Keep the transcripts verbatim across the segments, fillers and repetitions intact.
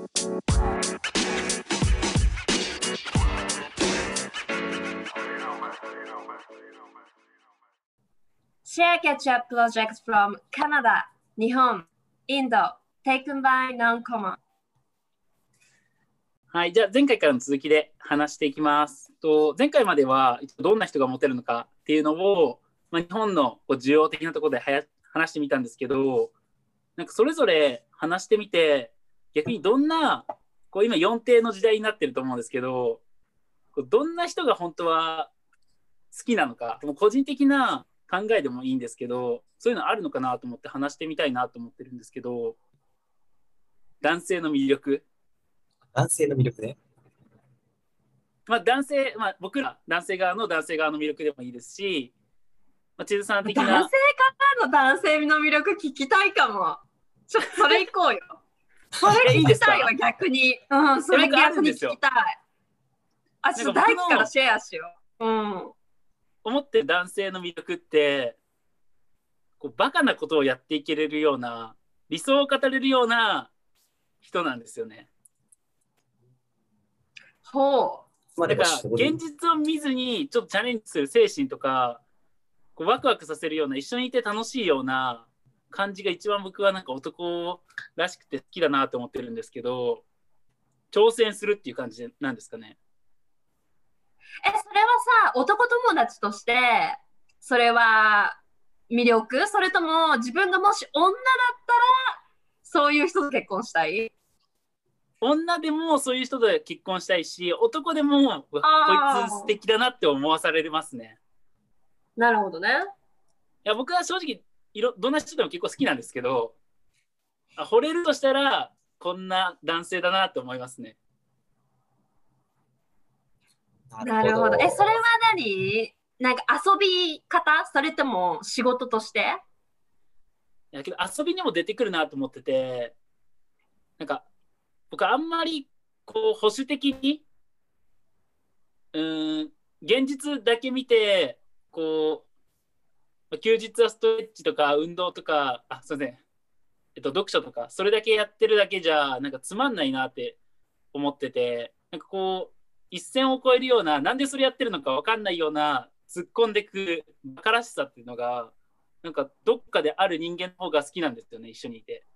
Share Catch-up Projects from Canada, 日本、インド、taken by Non-Common。 はい、じゃあ前回からの続きで話していきます。と前回まではどんな人がモテるのかっていうのを、まあ、日本のこう需要的なところではや話してみたんですけど、なんかそれぞれ話してみて、逆にどんな、こう今よんていの時代になってると思うんですけど、どんな人が本当は好きなのか、もう個人的な考えでもいいんですけど、そういうのあるのかなと思って話してみたいなと思ってるんですけど、男性の魅力。 男性の魅力ね。 まあ男性、まあ僕ら男性側の男性側の魅力でもいいですし、まあ、千鶴さん的な。 男性からの男性の魅力聞きたいかも。ちょっとそれ行こうよ。それ聞きたいわ、逆に。うん、それ逆に聞きたい。あ、ちょっと大輝からシェアしよう。うん。 思ってる男性の魅力ってこうバカなことをやっていけれるような、理想を語れるような人なんですよね。 ほう。だから現実を見ずにちょっとチャレンジする精神とか、こうワクワクさせるような、一緒にいて楽しいような感じが一番僕はなんか男らしくて好きだなと思ってるんですけど、挑戦するっていう感じなんですかね。 え、それはさ、男友達としてそれは魅力？それとも自分がもし女だったらそういう人と結婚したい？ 女でもそういう人と結婚したいし、男でもこいつ素敵だなって思わされますね。 なるほどね。 いや僕は正直いろどんな人でも結構好きなんですけど、あ惚れるとしたらこんな男性だなって思いますね。 なるほど。え、それは何？なんか遊び方？それとも仕事として？ いやけど遊びにも出てくるなと思ってて、なんか僕あんまりこう保守的にうーん現実だけ見て、こう休日はストレッチとか運動とか、あすいません、えっと、読書とかそれだけやってるだけじゃなんかつまんないなって思ってて、なんかこう一線を越えるような、なんでそれやってるのか分かんないような突っ込んでくバカらしさっていうのがなんかどっかである人間の方が好きなんですよね、一緒にいて。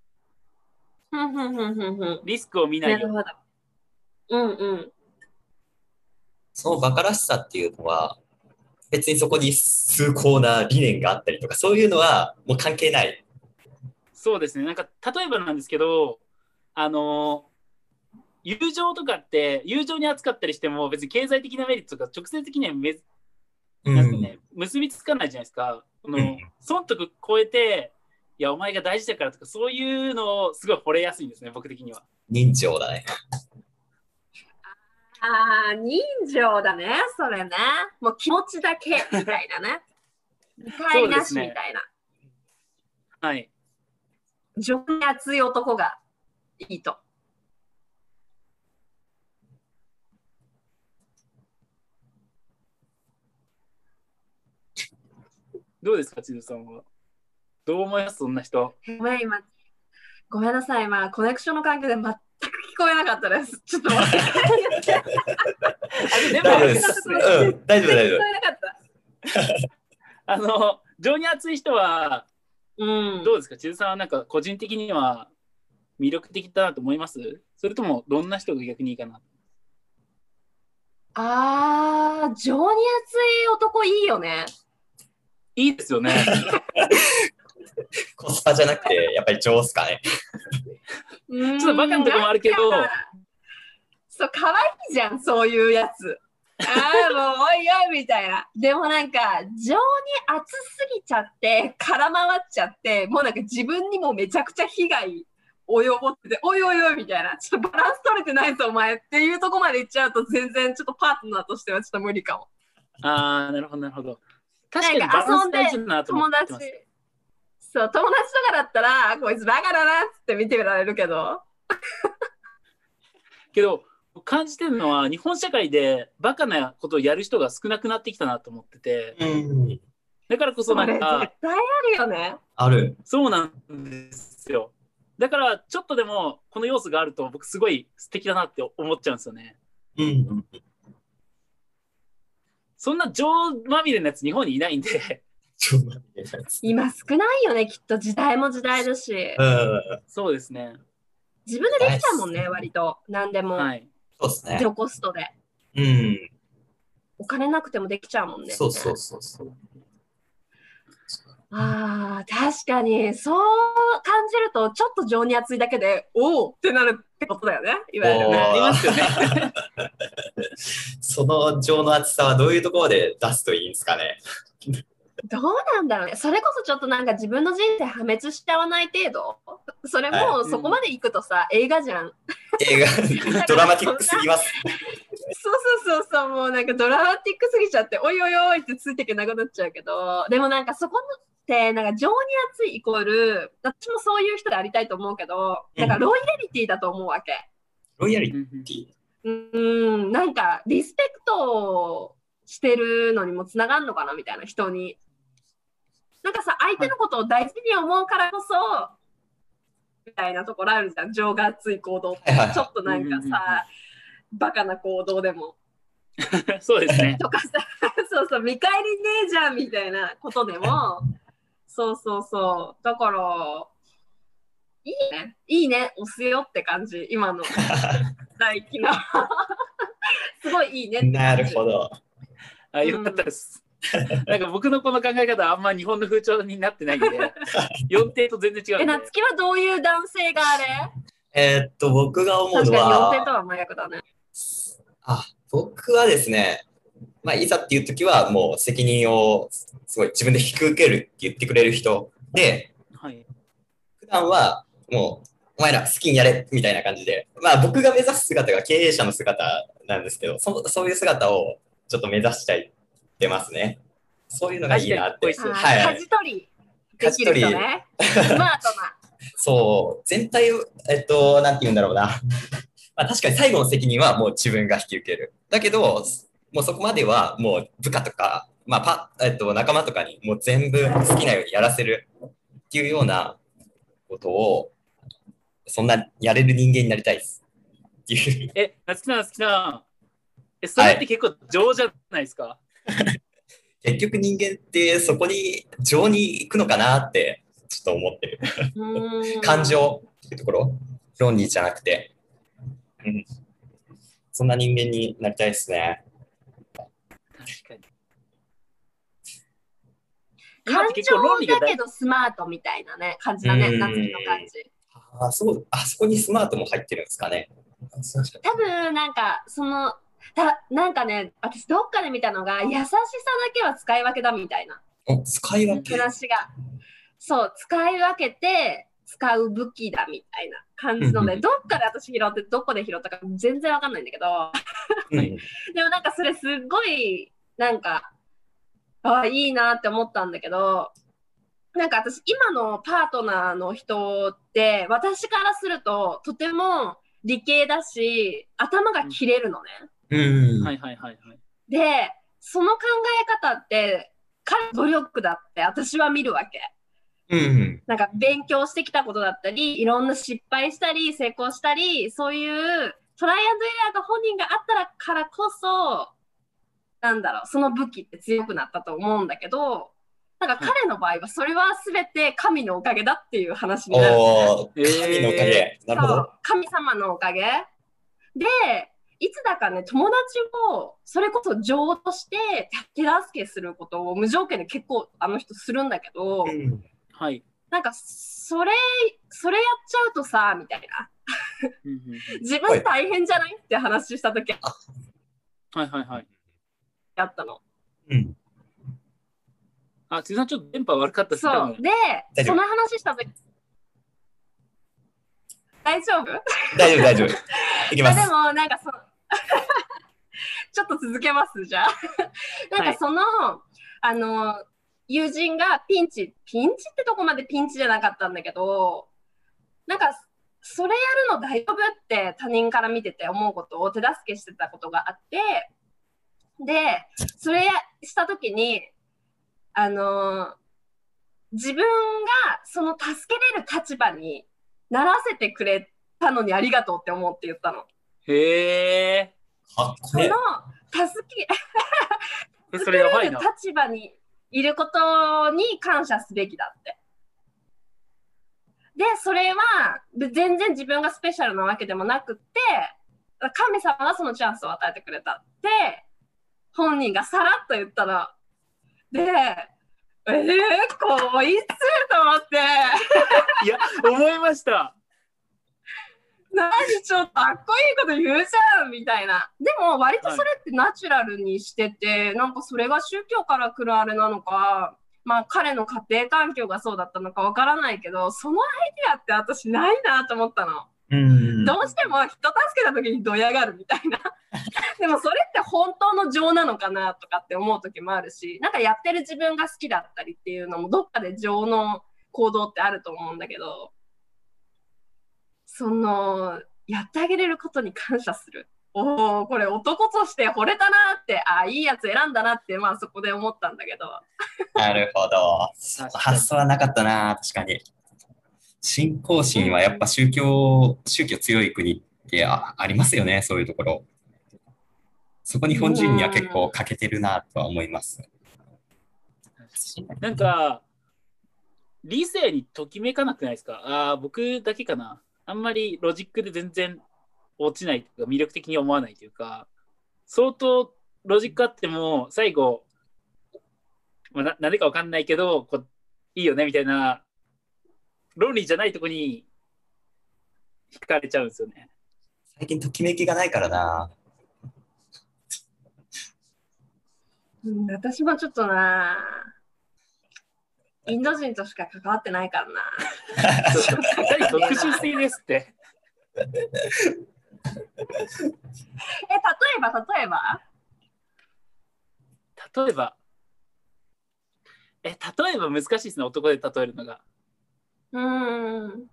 リスクを見ないように。 なるほど。うんうん。 そのバカらしさっていうのは別にそこに崇高な理念があったりとかそういうのはもう関係ない。 そうですね。なんか例えばなんですけど、あの友情とかって友情に扱ったりしても別に経済的なメリットとか直接的にはめ、なんかね、結びつかないじゃないですか。この、うん、損得超えて、いやお前が大事だからとかそういうのをすごい惚れやすいんですね、僕的には。 人情だね。 ああ、人情だね、それね。もう気持ちだけみたいなね。見たいなしみたいな。 はい。 情に熱い男がいいと。 どうですか、千鶴さんは。どう思います、そんな人。 ごめん、今、ごめんなさい、今、コネクションの関係で全く聞こえなかったです。ちょっと待って。 大丈夫です。うん、大丈夫、大丈夫。 あの、情に熱い人は、 うん、 どうですか、千鶴さんはなんか個人的には魅力的だなと思います？それともどんな人が逆にいいかな？ あー、情に熱い男いいよね。 いいですよね。 コスパじゃなくてやっぱり上手かね。 ちょっとバカなとこもあるけど、 そう可愛いじゃん、そういうやつ。ああもうおいおいみたいな。でもなんか情に熱すぎちゃって空回っちゃって、もうなんか自分にもめちゃくちゃ被害及ぼってて、おいおいおいみたいな、ちょっとバランス取れてないぞお前っていうとこまでいっちゃうと全然ちょっとパートナーとしてはちょっと無理かも。 ああ、なるほどなるほど。 確かにバランス大事だなと思ってます。友達、そう友達とかだったらこいつバカだなって見てられるけどけど感じてるのは日本社会でバカなことをやる人が少なくなってきたなと思ってて、うん、だからこそなんか絶対あるよね。 ある。 そうなんですよ。 だからちょっとでもこの要素があると僕すごい素敵だなって思っちゃうんですよね。 うんうんうん。 そんな情まみれのやつ日本にいないんで。 ちょっと待ってください今少ないよね、きっと時代も時代だし。 うん。 そうですね。 自分でできちゃうもんね、割と。何でも。 はい。 そうですねゼ。ロコストで。 うん。 お金なくてもできちゃうもんね。 そうそうそうそう。 ああ、確かに、そう感じると、ちょっと情に熱いだけで、おおってなるってことだよね。いわゆるおーね。 ありますよね。 その情の厚さはどういうところで出すといいんですかね。 どうなんだろうね。それこそちょっとなんか自分の人生破滅しちゃわない程度。それもはいそこまで行くとさ、映画じゃん。 映画、ドラマティックすぎます。 そうそうそうそう、もうなんかドラマティックすぎちゃって、おいおいおいってついていけなくなっちゃうけど、でもなんかそこってなんか情に熱いイコール、私もそういう人でありたいと思うけど、なんかロイヤリティだと思うわけ。 ロイヤリティ。 うーん、なんかリスペクトしてるのにもつながるのかなみたいな、人に。なんかさ、相手のことを大事に思うからこそ、みたいなところあるじゃん、情が熱い行動って。 はいはいはいちょっとなんかさ、バカな行動でも。 そうですね。 とかさ、そうそう、見返りねえじゃんみたいなことでも、そうそうそう。だから、いいね。いいね。押すよって感じ。今の大輝の。すごいいいねってな感じ。 るほど。 あ、よかったです。なんか僕のこの考え方はあんま日本の風潮になってないんで、よんていと全然違うえ、 んで。 なつきはどういう男性があれえーっと、僕が思うの確かによんていとは、 は真逆だね。 あ、僕はですね、まあ、いざっていう時はもう責任をすごい自分で引き受けるって言ってくれる人で、 はい。 普段はもう、お前ら好きにやれみたいな感じで、まあ僕が目指す姿が経営者の姿なんですけど、そそういう姿をちょっと目指したいってますね。そういうのがいいなって。 確かにかっこはい舵取りできる人ね。スマートな。 そう、全体を、えっと、なんて言うんだろうな。まあ、確かに最後の責任はもう自分が引き受ける。だけど、もうそこまではもう部下とか、まあパえっと、仲間とかにもう全部好きなようにやらせるっていうようなことを、そんなやれる人間になりたいです。っていう。 え、なつきさん、なつきさん。え、それって結構情じゃないですか。 結局人間ってそこに情に行くのかなってちょっと思ってる。 うーん感情っていうところ、論理じゃなくて、うん、そんな人間になりたいですね。 確かに。今っ感て結構論理が大情だけどスマートみたいなね、感じだね、 うんなつきの感じ。 あそう、あそこにスマートも入ってるんですかね。確か多分なんかそのたなんかね、私どっかで見たのが優しさだけは使い分けだみたいなに。お、使い分け。 話が、そう使い分けて使う武器だみたいな感じので、どっかで私拾ってどこで拾ったか全然わかんないんだけど、 うんでもなんかそれすっごいなんかあいいなって思ったんだけど、なんか私今のパートナーの人って私からするととても理系だし頭が切れるのね。 うん。 はいはいはいはい。 でその考え方って彼の努力だって私は見るわけ。 うん。 なんか勉強してきたことだったりいろんな失敗したり成功したりそういうトライアンドエラーが本人があったらからこそなんだろうその武器って強くなったと思うんだけど、なんか彼の場合はそれは全て神のおかげだっていう話になる。 おー、神のおかげ。なるほどそう。神様のおかげで、いつだかね友達をそれこそ情として手助けすることを無条件で結構あの人するんだけど、 うんはい。 なんかそれそれやっちゃうとさみたいなうんうんうん自分大変じゃないって話した時はいはいはい。 あったの。 うん。 あ、ついさんちょっと電波悪かったですそ多分うで大丈夫その話した時大丈夫大丈夫、大丈夫。いきます。 まあでもなんかそちょっと続けますじゃあなんかその、あの友人がピンチピンチってとこまでピンチじゃなかったんだけど、なんかそれやるの大丈夫って他人から見てて思うことを手助けしてたことがあって、でそれした時にあの自分がその助けれる立場にならせてくれたのにありがとうって思って言ったの。 へえ。 かっこいい。 その助け、 え、それやばいな。 立場にいることに感謝すべきだって。で、それは全然自分がスペシャルなわけでもなくって、神様はそのチャンスを与えてくれたって本人がさらっと言ったら、で、えー、こいつと思っていや、思いました。 何ちょっとかっこいいこと言うじゃんみたいな。でも割とそれってナチュラルにしてて、はい、なんかそれが宗教から来るあれなのか、まあ彼の家庭環境がそうだったのかわからないけど、そのアイデアって私ないなと思ったの。 うんどうしても人助けた時にドヤがるみたいな。でもそれって本当の情なのかなとかって思う時もあるし、なんかやってる自分が好きだったりっていうのもどっかで情の行動ってあると思うんだけど、そのやってあげれることに感謝する。おお、これ男として惚れたなって、あ、いいやつ選んだなって、まあそこで思ったんだけど。 なるほど。発想はなかったな、確かに。信仰心はやっぱ宗教、宗教強い国ってあ、ありますよね、そういうところ。そこ日本人には結構欠けてるなとは思います。 なんか、理性にときめかなくないですか？ああ、僕だけかな。あんまりロジックで全然落ちないというか、魅力的に思わないというか、相当ロジックあっても、最後、まあ、な, なんでかわかんないけどこう、いいよねみたいな、論理じゃないとこに惹かれちゃうんですよね。 最近ときめきがないからな。 うん、私もちょっとな、インド人としか関わってないからな。 ちょっと特殊すぎですって。え、例えば例えば例えばえ例えば難しいですね、男で例えるのが。 うーん。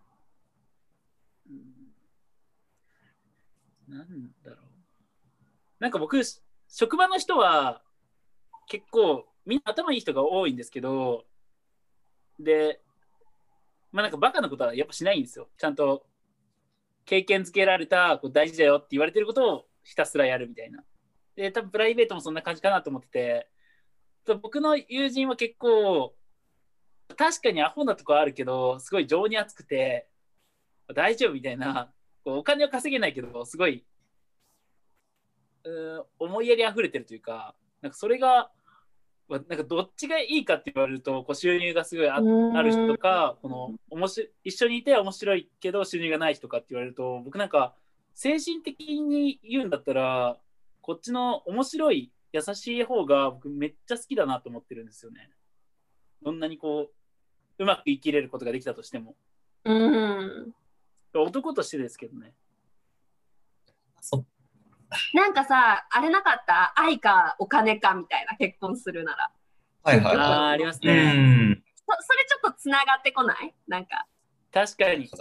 なんだろう。なんか僕、職場の人は結構みんな頭いい人が多いんですけど、で、まあなんかバカなことはやっぱしないんですよ。ちゃんと経験づけられたこう大事だよって言われてることをひたすらやるみたいな。で、多分プライベートもそんな感じかなと思ってて、僕の友人は結構、確かにアホなとこあるけど、すごい情に厚くて、大丈夫みたいな、こうお金は稼げないけど、すごい、う思いやりあふれてるというか、なんかそれが、なんかどっちがいいかって言われると、こう収入がすごい あ, ある人とか、この面白一緒にいて面白いけど収入がない人かって言われると、僕なんか精神的に言うんだったら、こっちの面白い優しい方が僕めっちゃ好きだなと思ってるんですよね。どんなにこううまく生きれることができたとしても。 うん。 男としてですけどね。 なんかさ、あれなかった？愛かお金かみたいな、結婚するなら。 はいはいはい。 あ、ありますね。 うんそ。それちょっとつながってこない？なんか。 確かに。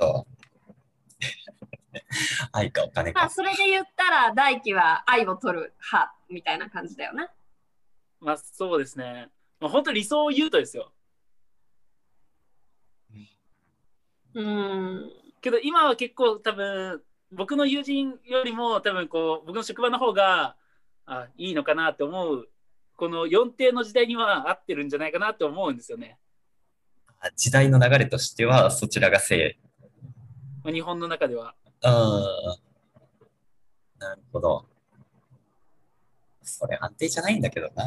愛かお金か。 まあ、それで言ったら、大輝は愛を取る派みたいな感じだよね。 まあそうですね。まあ、本当理想を言うとですよ。 うん。 けど今は結構多分僕の友人よりも多分こう僕の職場の方があいいのかなって思う、このよん定の時代には合ってるんじゃないかなって思うんですよね。 時代の流れとしてはそちらが正。 日本の中では。 ああ、なるほど。それ安定じゃないんだけどな。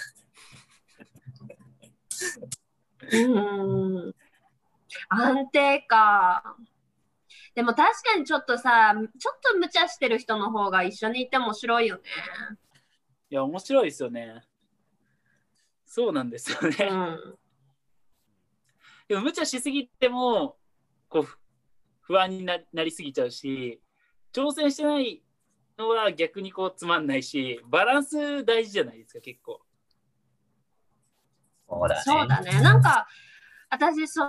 うん。安定か。でも確かにちょっとさ、ちょっと無茶してる人の方が一緒にいて面白いよね。 いや、面白いですよね。そうなんですよね。うん、でも無茶しすぎてもこう不安になりすぎちゃうし、挑戦してないのは逆にこうつまんないし、バランス大事じゃないですか、結構。 そうだね。 そうだね。なんか私そ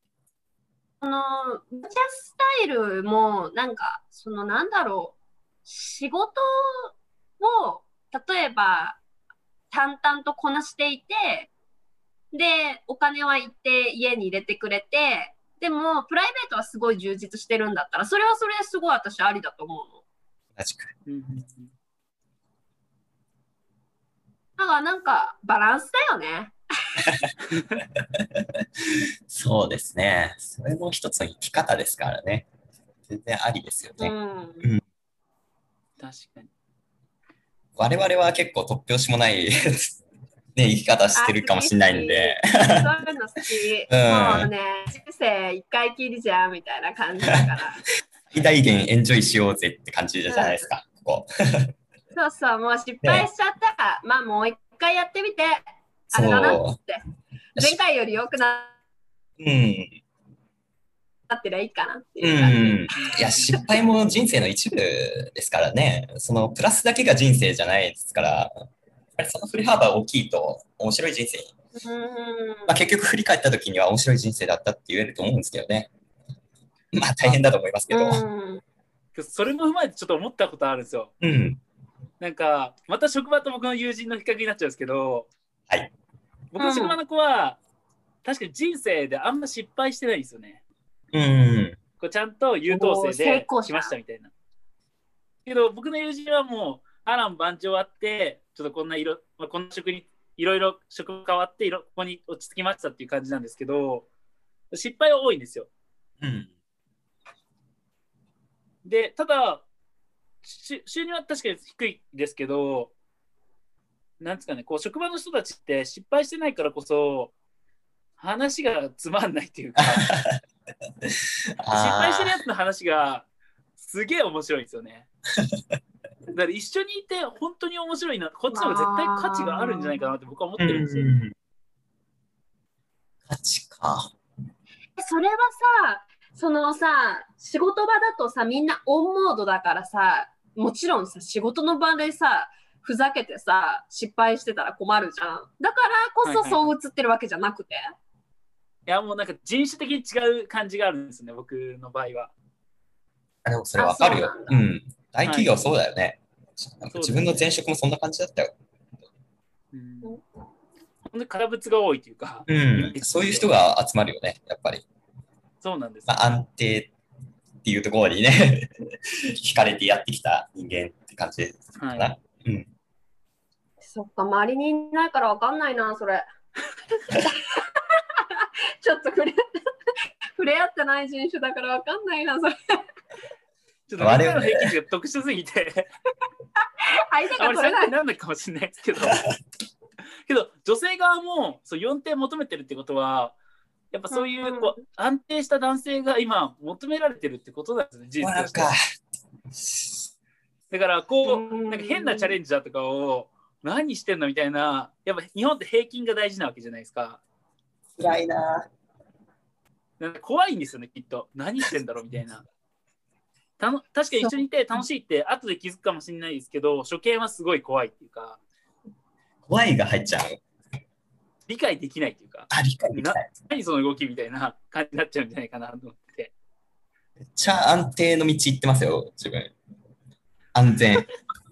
の無茶スタイルもなんかそのなんだろう、仕事を例えば淡々とこなしていて、でお金は一定家に入れてくれて、 でも、プライベートはすごい充実してるんだったら、それはそれですごい私ありだと思うの。 確かうんうんだからなんか、バランスだよね。 に。そうですね。それも一つの生き方ですからね。全然ありですようね。 ん。 確かに。 我々は結構突拍子もないね、生き方してるかもしれないんで。 そういうの好き。 うんもうね、人生一回きりじゃんみたいな感じだから。 最大限エンジョイしようぜって感じじゃないですか、ここ。 そうそう、もう失敗しちゃったら、まあもう一回やってみて、あれだなそって。前回より良くなう。うん。 ってりゃいいかなってういう感じ。 ん。いや、失敗も人生の一部ですからね。そのプラスだけが人生じゃないですから、やっぱりその振り幅が大きいと面白い人生に、 うん。 まあ、結局振り返った時には面白い人生だったって言えると思うんですけどね。まあ大変だと思いますけど。 うん。 それも踏まえてちょっと思ったことあるんですよ。 うん。 なんか、また職場と僕の友人の比較になっちゃうんですけど、 はい。 僕の職場の子は、確かに人生であんま失敗してないんですよね。 うん。 こうちゃんと優等生おー成で功者来ましたみたいな。けど僕の友人はもう波乱万丈あって、ちょっとこんな色、まあ、こんな職にいろいろ職場変わっていろここに落ち着きましたっていう感じなんですけど、失敗は多いんですよ。 うん。 で、ただ、し収入は確かに低いですけど、なんですかね、こう職場の人たちって失敗してないからこそ、話がつまんないっていうか、失敗してるあやつの話がすげえ面白いんですよね。だから一緒にいて本当に面白いな、こっちの方が絶対価値があるんじゃないかなって僕は思ってーるんですよ。 うん。価値か。 それはさ、そのさ、仕事場だとさ、みんなオンモードだからさ、もちろんさ、仕事の場でさ、ふざけてさ、失敗してたら困るじゃん。だからこそそう映ってるわけじゃなくて。 いやもうなんか人種的に違う感じがあるんですね、僕の場合は。 あでもそれわかるよ。 あそうなんだうん。大企業そうだよね。なんかそうですね自分の前職もそんな感じだったよ。 うん、本当に空物が多いというか、 うん。そういう人が集まるよね、やっぱり。 そうなんです、 まあ、安定っていうところにね、惹かれてやってきた人間って感じかな。 はい、 うん。 そっか、周りにいないからわかんないな、それ。ちょっと触れ触れ合ってない人種だからわかんないな、それ。 ちょっと僕らの平均値が特殊すぎて、 相手あまり参考が取れない。 にならないかもしれないですけど、けど女性側もそうよんてん求めてるってことは、やっぱそういう、こう安定した男性が今求められてるってことなんですね、事実として。 なんか、 だからこううんなんか変なチャレンジだとかを何してんのみたいな、やっぱ日本って平均が大事なわけじゃないですか。 辛いな。 なんか怖いんですよね、きっと。何してんだろうみたいな。たの確かに一緒にいて楽しいって後で気づくかもしれないですけど、初見はすごい怖いっていうか、 怖いが入っちゃう。 理解できないっていうか、 あ、理解できなない。 何その動きみたいな感じになっちゃうんじゃないかなと思って。 めっちゃ安定の道行ってますよ、自分。安全。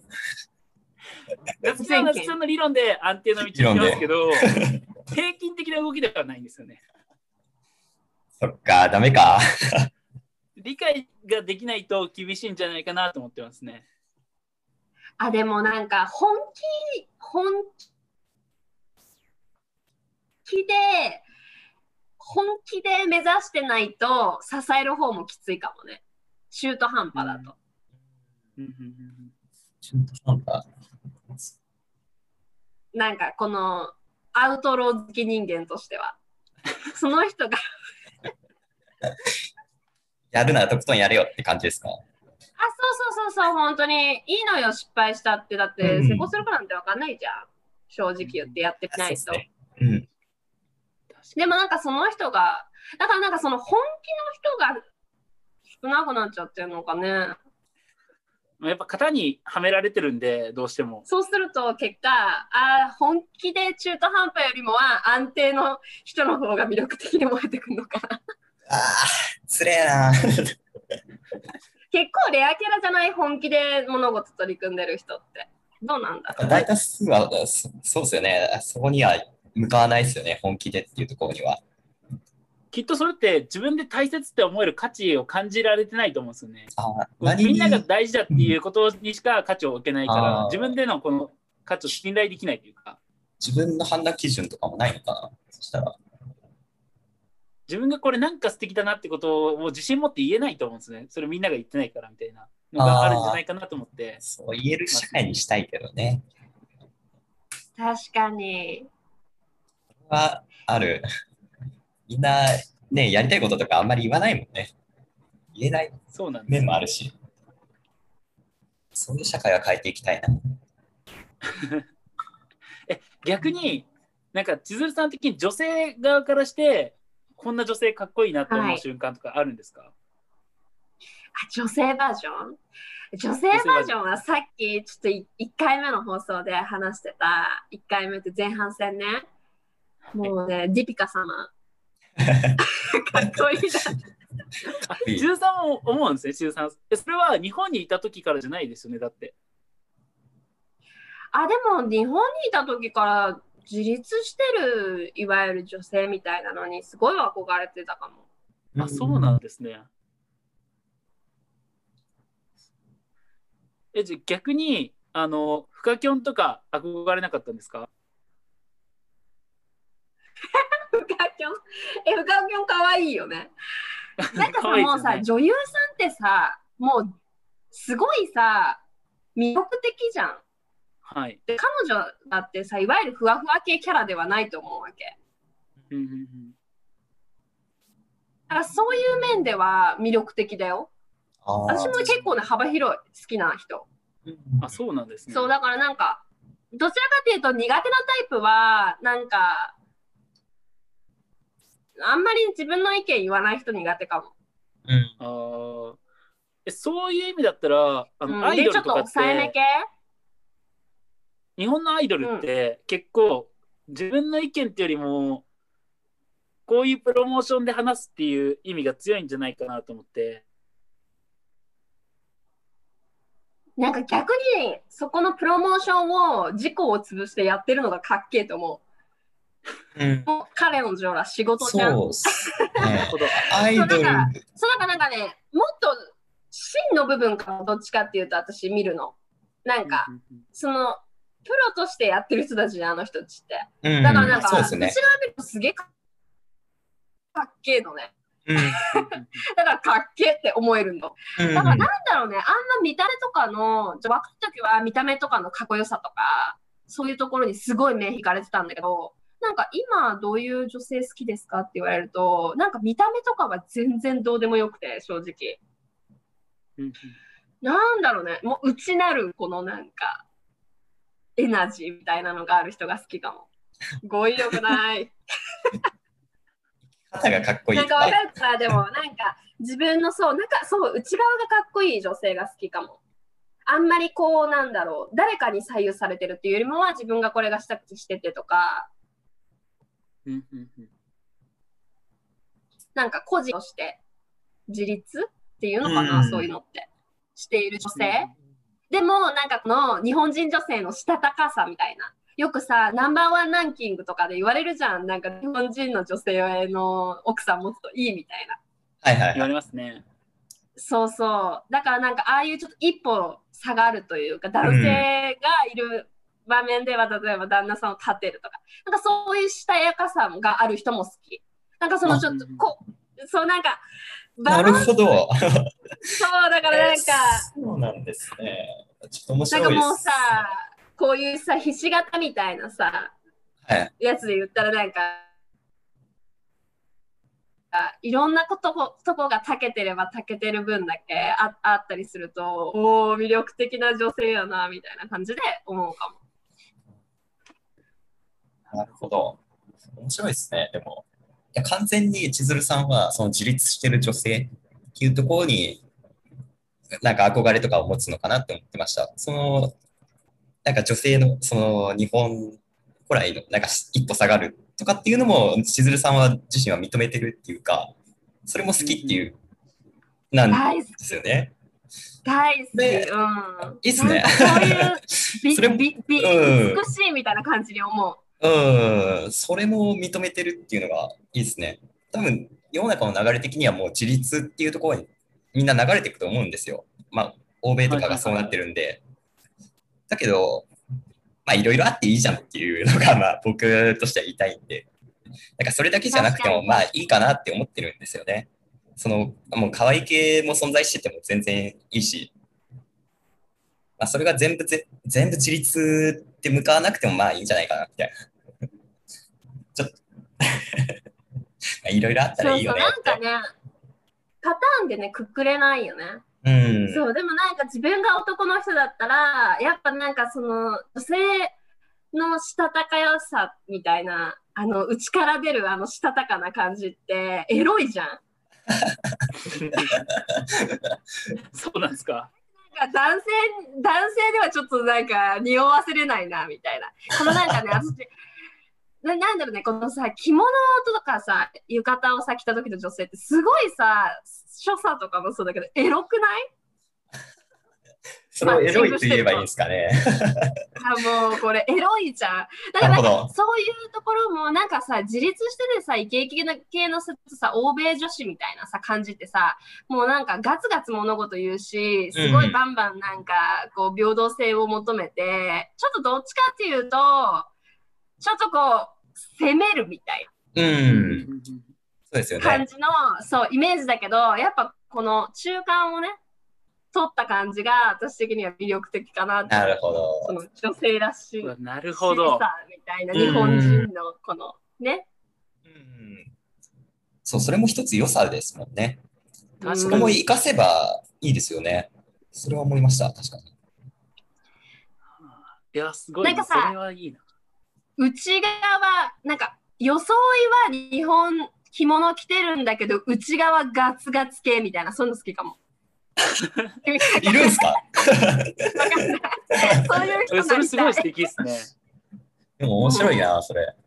夏木さんは夏木さんの理論で安定の道行ってますけど、平均的な動きではないんですよね。 そっか、ダメか。 理解ができないと厳しいんじゃないかなと思ってますね。 あ、でもなんか本気、本気で、本気で目指してないと支える方もきついかもね。中途半端だと。 うんうんうんうん中途半端。 なんかこのアウトロー好き人間としては。その人がやるならとことんやれよって感じですか。 あ、そうそうそうそう、本当にいいのよ、失敗したって。だって、 うん成功するかなんてわかんないじゃん。正直言ってやってみないと。 そうですね。うん。 でもなんかその人が、だからなんかその本気の人が少なくなっちゃってるのかね。 やっぱ型にはめられてるんで、どうしても。 そうすると結果、あ本気で中途半端よりもは安定の人の方が魅力的に燃えてくるのかな。 ああ、つれえな。 結構レアキャラじゃない、本気で物事取り組んでる人って。どうなんだろう。 大多数はそそうですよね。そこには向かわないですよね。本気でっていうところには。 きっとそれって自分で大切って思える価値を感じられてないと思うんですよね。 あこう何にみんなが大事だっていうことにしか価値を置けないからあー自分でのこの価値を信頼できないというか、 自分の判断基準とかもないのかな、そしたら。 自分がこれなんか素敵だなってことを自信持って言えないと思うんですね。それみんなが言ってないからみたいなのがあるんじゃないかなと思って。 そう言える社会にしたいけどね。 確かに。 はある。みんなね、やりたいこととかあんまり言わないもんね。言えないそうなんです。 面もあるし。そういう社会は変えていきたいな。 え、逆に、なんか千鶴さん的に女性側からしてこんな女性かっこいいなって思う瞬間とかあるんですか？ あ、女性バージョン女性バージョンはさっきちょっといっかいめの放送で話してたいっかいめって前半戦ね、もうね、ディピカ様かっこいいな。 あ、千鶴さんも思うんですね。千鶴さん、え、それは日本にいた時からじゃないですよね、だって。 あ、でも日本にいた時から自立してるいわゆる女性みたいなのにすごい憧れてたかも。 あ、そうなんですね。え、じゃあ逆に、あの、フカキョンとか憧れなかったんですか？ フカキョンえ、フカキョンかわいいよね。なんかさ、 可愛いですよねもうさ、女優さんってさ、もうすごいさ、魅力的じゃん。 はい。 で、彼女だってさ、いわゆるふわふわ系キャラではないと思うわけ。 うんうんうん。 だからそういう面では魅力的だよ。 あー私も結構ね、幅広い、好きな人。 あ、そうなんですね。 そう、だからなんか、どちらかというと苦手なタイプは、なんか、あんまり自分の意見言わない人苦手かも。 うんあーえ、そういう意味だったら、あの、 うん、 アイで、ちょっとドルとかって、 抑えめ系日本のアイドルって結構自分の意見っていうよりも、こういうプロモーションで話すっていう意味が強いんじゃないかなと思って。 なんか逆に、そこのプロモーションを自己を潰してやってるのがかっけえと思うん、 う。もう彼女ら仕事じゃん。 そうっすね。 なるほど。 アイドル、 そうなんかそうなんかなんかね、もっと真の部分からどっちかっていうと私見るの。なんか、 うんうんうんその、プロとしてやってる人たちじゃん、あの人たちって。 うん、 だからなんか、 そうですね内。側見るとすげえかっけえのね。 うんだからかっけえって思えるの。 うんだからなんだろうね、あんま見た目とかの、じゃ若い時は見た目とかのかっこよさとか、そういうところにすごい目引かれてたんだけど、なんか今どういう女性好きですかって言われると、なんか見た目とかは全然どうでもよくて、正直。 うんうんなんだろうね、もう内なるこのなんか、エナジーみたいなのがある人が好きかも。語彙力ない。 肩がかっこいいなんかわかるかな、でもなんか自分のそう、なんかそう、内側がかっこいい女性が好きかも。あんまりこうなんだろう、誰かに左右されてるっていうよりもは自分がこれがしたくてしててとか、 うんうんうんなんか個人として自立っていうのかな、 うんそういうのってしている女性。でもなんかこの日本人女性のしたたかさみたいな。よくさ、ナンバーワンランキングとかで言われるじゃん。なんか日本人の女性の奥さん持つといいみたいな。 はいはいはい。 言われますね。 そうそう。だからなんかああいうちょっと一歩下がるというか、男性がいる場面では、例えば旦那さんを立てるとか、なんかそういうしたやかさがある人も好き。なんかそのちょっとこう、そうなんか、 なるほど。 そうだからなんか、 そうなんですね。ちょっと面なんか白いです。 もうさ、こういうさ、ひし形みたいなさ、 はい。 やつで言ったらなんか、いろんなこととこが長けてれば長けてる分だけ あ, あったりすると、おー、魅力的な女性やな、みたいな感じで思うかも。 なるほど。面白いですね。でも、いや完全に千鶴さんはその自立してる女性っていうところに、なんか憧れとかを持つのかなって思ってました。その、なんか女性の、その日本古来の、なんか一歩下がるとかっていうのも、千鶴さんは自身は認めてるっていうか、それも好きっていう、なん大好き。 ですよね。 大好き。 ねうん。 いいっすねなんかそういう美それも美美うん美しいみたいな感じに思う。 うん、それも認めてるっていうのがいいですね。多分、 世の中の流れ的にはもう自立っていうところにみんな流れていくと思うんですよ。まあ、欧米とかがそうなってるんで。だけど、まあ、いろいろあっていいじゃんっていうのが、まあ、僕としては言いたいんで。なんかそれだけじゃなくても、まあ、いいかなって思ってるんですよね。その、もう可愛い系も存在してても全然いいし、まあ、それが全部ぜ、全部自立って向かわなくてもまあいいんじゃないかな、みたいな。ちょっといろいろあったらいいよねって。 そうそう、なんかね、パターンでね、くくれないよね。 うん。 そう、でもなんか自分が男の人だったら、やっぱなんかその女性のしたたかよさみたいな、あの、内から出るあのしたたかな感じってエロいじゃん。 そうなんですか。 なんか男性、男性ではちょっとなんか匂わせれないな、みたいな。このなんかね、私、ななんだろうね、このさ、着物とかさ、浴衣をさ、着た時の女性ってすごいさ、所作とかもそうだけど、エロくない？ それをエロいと言えばいいんですかね。 あ、もうこれエロいじゃん。だからなんかそういうところもなんかさ、自立しててさ、イケイケな系のさ、欧米女子みたいなさ、感じってさ、もうなんかガツガツ物事言うし、すごいバンバンなんかこう平等性を求めて、ちょっとどっちかっていうと、ちょっとこう、攻めるみたいな。うん。そうですよね。 感じの、そう、イメージだけど、やっぱこの中間をね、取った感じが私的には魅力的かなって。 なるほど。 その女性らしい。 なるほど。 みたいな日本人のこのね。 うん。そう、それも一つ良さですもんね。 確かに。 それも活かせばいいですよね。それは思いました、確かに。 いや、すごい。なんかさ、それはいいな。 内側、なんか、装いは日本着物着てるんだけど、内側ガツガツ系みたいな、そういうの好きかも。 いるんすか？ そういう人それすごい素敵ですね。 でも面白いな、それ。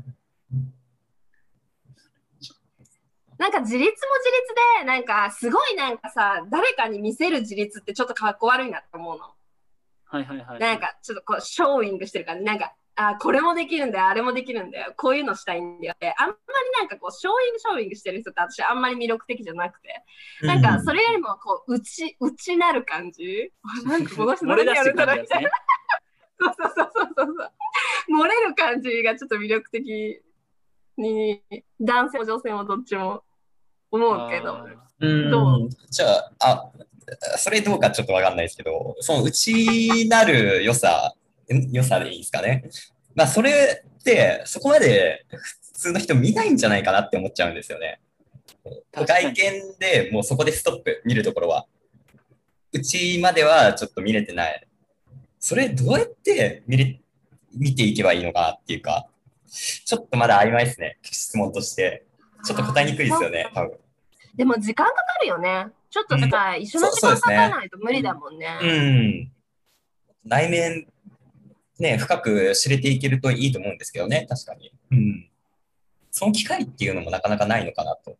なんか自立も自立で、なんかすごいなんかさ、誰かに見せる自立ってちょっとかっこ悪いなと思うの。 はいはいはい。 なんかちょっとこうショーイングしてる感じ。なんか、あ、これもできるんだよ、あれもできるんだよ、こういうのしたいんだよって、あんまりなんかこう、ショーイングショーイングしてる人って私あんまり魅力的じゃなくて、なんかそれよりもこう、内、内なる感じ。なんかこの人何やるんだろうみたいな。そうそうそうそうそう。漏れる感じがちょっと魅力的に、男性も女性もどっちも思うけど。 どう？じゃあ、あ、それどうかちょっとわかんないですけど、その内なる良さ、良さでいいですかね。まあ、それって、そこまで普通の人見ないんじゃないかなって思っちゃうんですよね。外見でもうそこでストップ、見るところは。内まではちょっと見れてない。それどうやって見れ、見ていけばいいのかっていうか、ちょっとまだ曖昧ですね。質問として。ちょっと答えにくいですよね、多分。 でも時間かかるよね。ちょっとだから一緒の時間かからないと無理だもんね。 うん。うん、内面、ね、深く知れていけるといいと思うんですけどね、確かに。うん。その機会っていうのもなかなかないのかなと。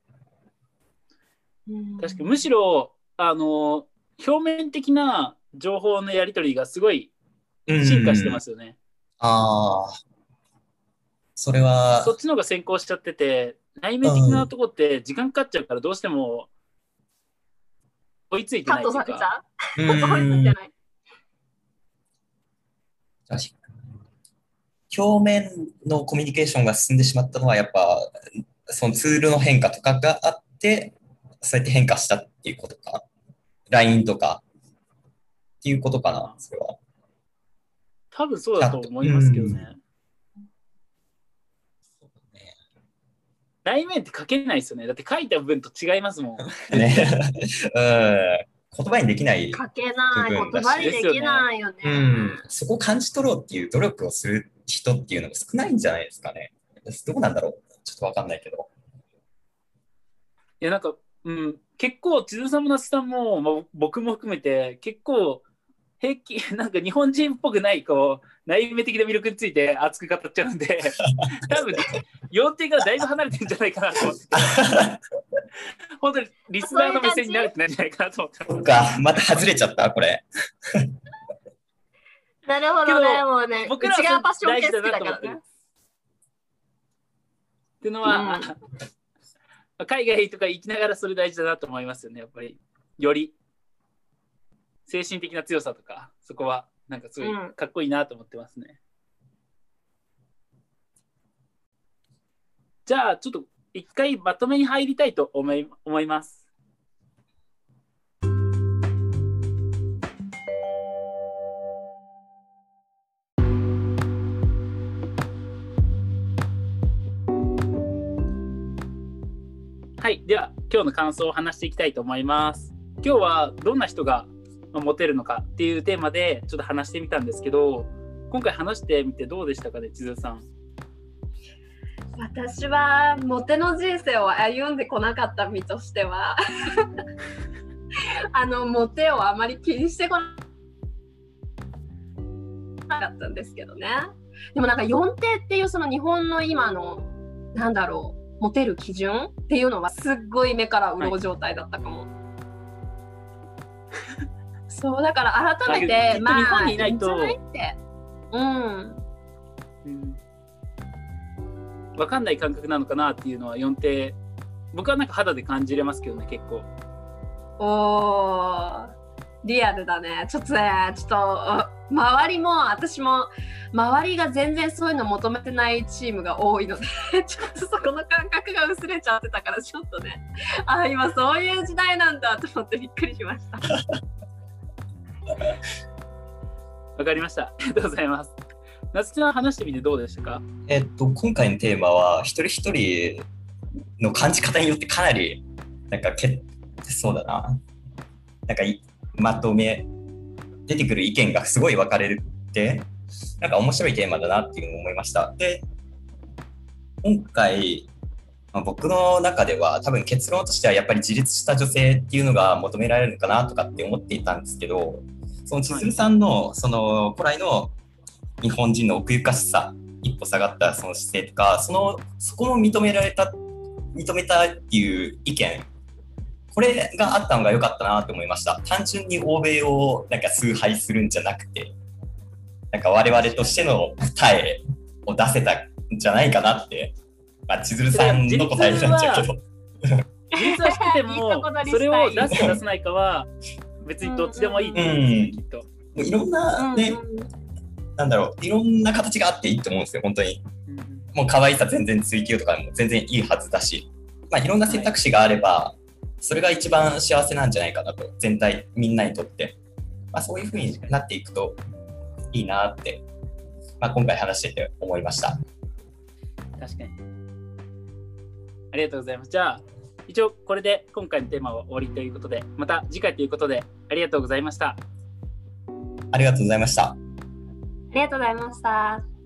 確かにむしろ、あの、表面的な情報のやり取りがすごい進化してますよね。 ああ。それは。 そっちの方が先行しちゃってて、内面的なとこって時間かかっちゃうからどうしても追いついてないっていうか。 カットされちゃう？追いついてない。 表面のコミュニケーションが進んでしまったのはやっぱそのツールの変化とかがあってそうやって変化したっていうことか ライン とかっていうことかな。それは多分そうだと思いますけどね。内面って書けないですよね。だって書いた部分と違いますもん。 ね、うん、言葉にできない書けない言葉にできないよね、 うん、そこを感じ取ろうっていう努力をする人っていうのも少ないんじゃないですかね。どうなんだろう、ちょっとわかんないけど。 いやなんか、うん、結構千鶴さんも那須さんも、まあ、僕も含めて結構平気なんか日本人っぽくないこう内面的な魅力について熱く語っちゃうんで多分要点がだいぶ離れてるんじゃないかなと思って本当にリスナーの目線に慣れてないんじゃないかなと思って。 そうか、また外れちゃったこれなるほどね。もうね、 僕らは大事だなと思ってるっていうのは、うん、 海外とか行きながらそれ大事だなと思いますよね、やっぱり。より精神的な強さとか、そこはなんかすごいかっこいいなと思ってますね。うん、じゃあちょっと一回まとめに入りたいと思い、思います。はい、では今日の感想を話していきたいと思います。今日はどんな人がモテるのかっていうテーマでちょっと話してみたんですけど、今回話してみてどうでしたかね、千鶴さん。 私はモテの人生を歩んでこなかった身としてはあのモテをあまり気にしてこなかったんですけどね。でもなんかよんていっていうその日本の今のなんだろうモテる基準っていうのはすっごい目から鱗状態だったかも、はい、そうだから改めてまあ日本にいないといいんじゃないってうん、 うん、分かんない感覚なのかなっていうのはよんてい僕はなんか肌で感じれますけどね、結構。 おーリアルだね。ちょっとねちょっと周りも私も周りが全然そういうの求めてないチームが多いのでちょっとそこの感覚が薄れちゃってたからちょっとねあ今そういう時代なんだと思ってびっくりしました。 わかりました。ありがとうございます。夏希さん話してみてどうでしたか？ えっと今回のテーマは一人一人の感じ方によってかなりなんかけそうだななんかまとめ出てくる意見がすごい分かれるってなんか面白いテーマだなっていうのを思いました。で今回、まあ、僕の中では多分結論としてはやっぱり自立した女性っていうのが求められるのかなとかって思っていたんですけど、その千鶴さんのその古来の日本人の奥ゆかしさ一歩下がったその姿勢とかそのそこも認められた認めたっていう意見、これがあったのが良かったなと思いました。単純に欧米をなんか崇拝するんじゃなくて、なんか我々としての答えを出せたんじゃないかなって、まあ、千鶴さんの答えなんじゃけど。 自立はしてても、それを出すか出さないかは別にどっちでもいいってことですね、うん、きっと。もういろんなね、うん、なんだろう、いろんな形があっていいと思うんですよ、本当に。うん、もう可愛さ全然追求とかも全然いいはずだし、まあ、いろんな選択肢があれば、はいそれが一番幸せなんじゃないかなと、全体みんなにとって、まあ、そういう風になっていくといいなって、まあ、今回話してて思いました。 確かにありがとうございます。じゃあ一応これで今回のテーマは終わりということで、また次回ということでありがとうございました。 ありがとうございました。 ありがとうございました。